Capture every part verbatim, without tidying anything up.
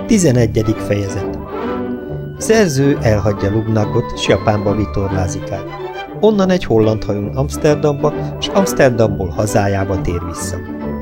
Tizenegyedik fejezet. Szerző elhagyja Lugnagot, s Japánba vitorlázik el. Onnan egy holland hajón Amsterdamba, s Amsterdamból hazájába tér vissza.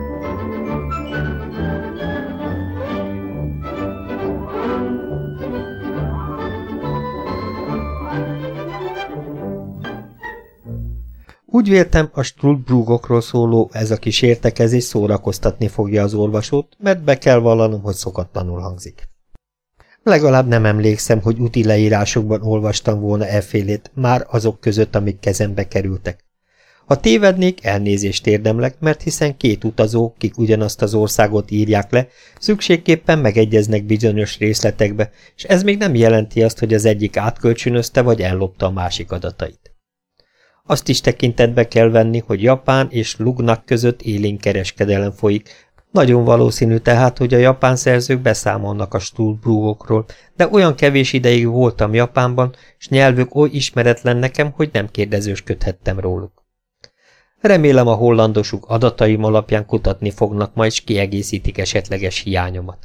Úgy véltem, a Struldbrugokról szóló ez a kis értekezés szórakoztatni fogja az olvasót, mert be kell vallanom, hogy szokatlanul hangzik. Legalább nem emlékszem, hogy úti leírásokban olvastam volna effélét, már azok között, amik kezembe kerültek. Ha tévednék, elnézést érdemlek, mert hiszen két utazó, kik ugyanazt az országot írják le, szükségképpen megegyeznek bizonyos részletekbe, és ez még nem jelenti azt, hogy az egyik átkölcsönözte vagy ellopta a másik adatait. Azt is tekintetbe kell venni, hogy Japán és Lugnak között élénk kereskedelem folyik. Nagyon valószínű tehát, hogy a japán szerzők beszámolnak a Struldbrugokról, de olyan kevés ideig voltam Japánban, s nyelvük oly ismeretlen nekem, hogy nem kérdezősködhettem róluk. Remélem a hollandosuk adataim alapján kutatni fognak, majd s kiegészítik esetleges hiányomat.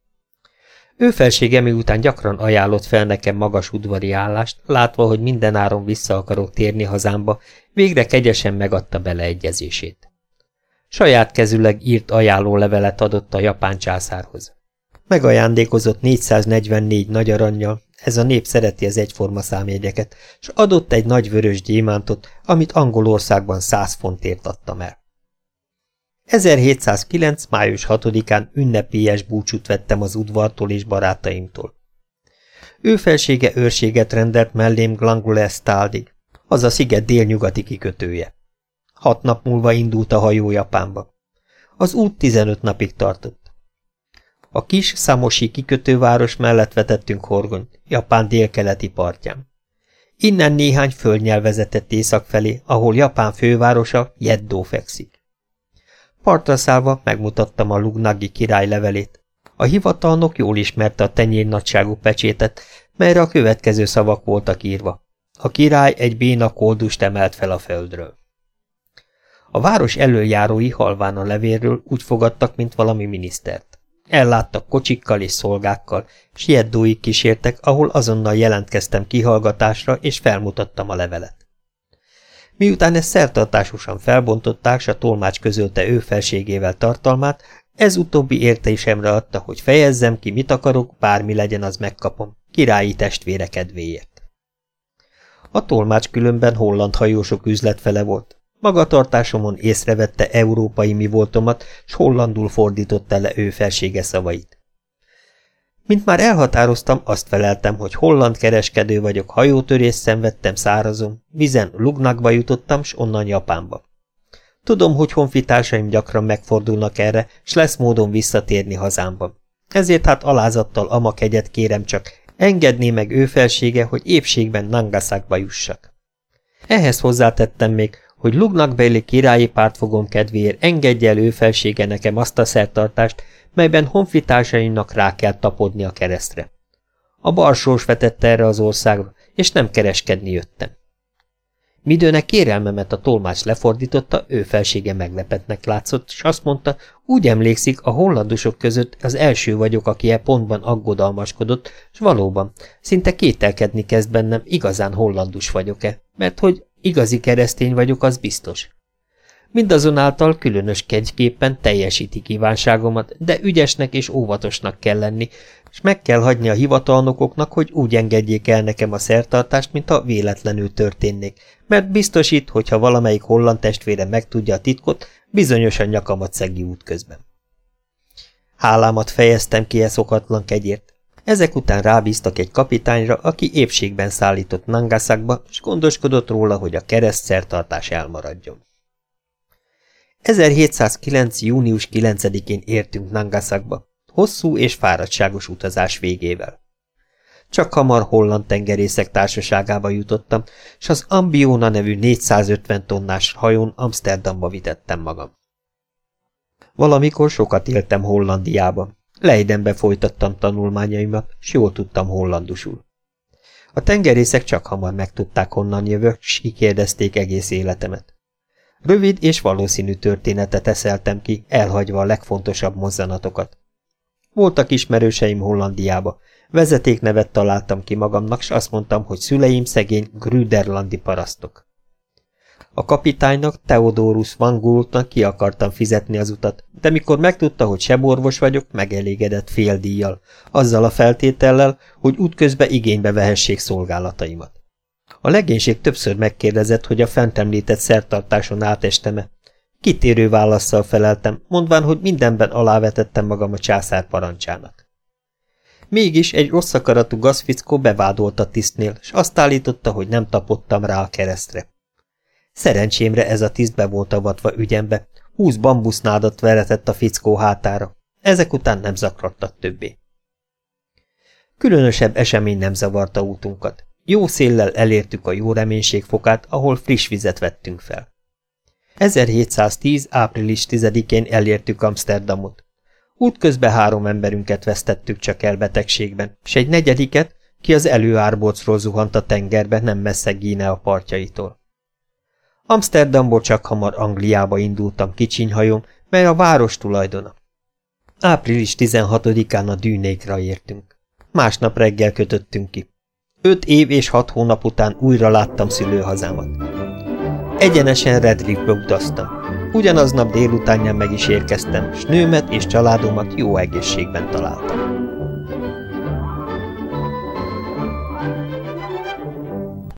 Ő felsége miután gyakran ajánlott fel nekem magas udvari állást, látva, hogy mindenáron vissza akarok térni hazámba, végre kegyesen megadta beleegyezését. Saját kezüleg írt ajánlólevelet adott a japán császárhoz. Megajándékozott négyszáznegyvennégy nagy arannyal, ez a nép szereti az egyforma számjegyeket, s adott egy nagy vörös gyémántot, amit Angolországban száz fontért adtam el. ezerhétszázkilenc. május hatodikán ünnepélyes búcsút vettem az udvartól és barátaimtól. Ő felsége őrséget rendelt mellém Glangulestáldig, az a sziget délnyugati kikötője. Hat nap múlva indult a hajó Japánba. Az út tizenöt napig tartott. A kis Szamosi kikötőváros mellett vetettünk horgonyt, Japán délkeleti partján. Innen néhány földnyel vezetett észak felé, ahol Japán fővárosa Jeddó fekszik. Partra szállva megmutattam a Lugnagi király levelét. A hivatalnok jól ismerte a tenyér nagyságú pecsétet, melyre a következő szavak voltak írva. A király egy béna koldust emelt fel a földről. A város elöljárói halván a levélről úgy fogadtak, mint valami minisztert. Elláttak kocsikkal és szolgákkal, s Jeddóig kísértek, ahol azonnal jelentkeztem kihallgatásra, és felmutattam a levelet. Miután ezt szertartásosan felbontották, s a tolmács közölte ő felségével tartalmát, ez utóbbi értésemre adta, hogy fejezzem ki, mit akarok, bármi legyen, az megkapom, királyi testvére kedvéért. A tolmács különben holland hajósok üzletfele volt. Magatartásomon észrevette európai mi voltomat, s hollandul fordította le ő felsége szavait. Mint már elhatároztam, azt feleltem, hogy holland kereskedő vagyok, hajótörést szenvedtem szárazon, vizen Lugnakba jutottam, s onnan Japánba. Tudom, hogy honfitársaim gyakran megfordulnak erre, s lesz módon visszatérni hazámba. Ezért hát alázattal ama kegyet kérem csak, engedné meg ő felsége, hogy épségben Nangasakba jussak. Ehhez hozzátettem még, hogy Lugnakbeli királyi pártfogom kedvéért engedje el ő felsége nekem azt a szertartást, melyben honfitársaimnak rá kell tapodni a keresztre. A balsors vetette erre az országra, és nem kereskedni jöttem. Midőnek kérelmemet a tolmács lefordította, ő felsége meglepetnek látszott, s azt mondta, úgy emlékszik, a hollandusok között az első vagyok, aki e pontban aggodalmaskodott, s valóban, szinte kételkedni kezd bennem, igazán hollandus vagyok-e, mert hogy igazi keresztény vagyok, az biztos. Mindazonáltal különös kegyképpen teljesíti kívánságomat, de ügyesnek és óvatosnak kell lenni, és meg kell hagyni a hivatalnokoknak, hogy úgy engedjék el nekem a szertartást, mintha véletlenül történnék, mert biztosít, hogyha valamelyik holland testvére megtudja a titkot, bizonyosan nyakamat szegi útközben. Hálámat fejeztem ki e szokatlan kegyért. Ezek után rábíztak egy kapitányra, aki épségben szállított Nangasakba, és gondoskodott róla, hogy a kereszt szertartás elmaradjon. ezerhétszázkilenc. június kilencedikén értünk Nangasakba, hosszú és fáradtságos utazás végével. Csak hamar holland tengerészek társaságába jutottam, s az Ambiona nevű négyszázötven tonnás hajón Amsterdamba vitettem magam. Valamikor sokat éltem Hollandiában. Leidenbe folytattam tanulmányaimat, s jól tudtam hollandusul. A tengerészek csak hamar megtudták, honnan jövök, s kikérdezték egész életemet. Rövid és valószínű történetet eszeltem ki, elhagyva a legfontosabb mozzanatokat. Voltak ismerőseim Hollandiába. Vezetéknevet találtam ki magamnak, s azt mondtam, hogy szüleim szegény grüderlandi parasztok. A kapitánynak, Theodorus van Goultnak ki akartam fizetni az utat, de mikor megtudta, hogy seborvos vagyok, megelégedett fél díjjal, azzal a feltétellel, hogy útközben igénybe vehessék szolgálataimat. A legénység többször megkérdezett, hogy a fent említett szertartáson átesteme. Kitérő válasszal feleltem, mondván, hogy mindenben alávetettem magam a császár parancsának. Mégis egy rossz akaratú gazfickó bevádolt a tisztnél, s azt állította, hogy nem tapottam rá a keresztre. Szerencsémre ez a tiszt be volt avatva ügyembe, húsz bambusznádat veretett a fickó hátára. Ezek után nem zaklattak többé. Különösebb esemény nem zavarta útunkat. Jó széllel elértük a jó reménység fokát, ahol friss vizet vettünk fel. ezerhétszáztíz. április tizedikén elértük Amsterdamot. Útközben három emberünket vesztettük csak el betegségben, s egy negyediket, ki az előárbocról zuhant a tengerbe nem messze Guinea partjaitól. Amsterdamból csak hamar Angliába indultam kicsinyhajón, mely a város tulajdona. április tizenhatodikán a dűnékra értünk. Másnap reggel kötöttünk ki. Öt év és hat hónap után újra láttam szülőhazámat. Egyenesen Redriffbe utaztam. Ugyanaznap délutánján meg is érkeztem, s nőmet és családomat jó egészségben találtam.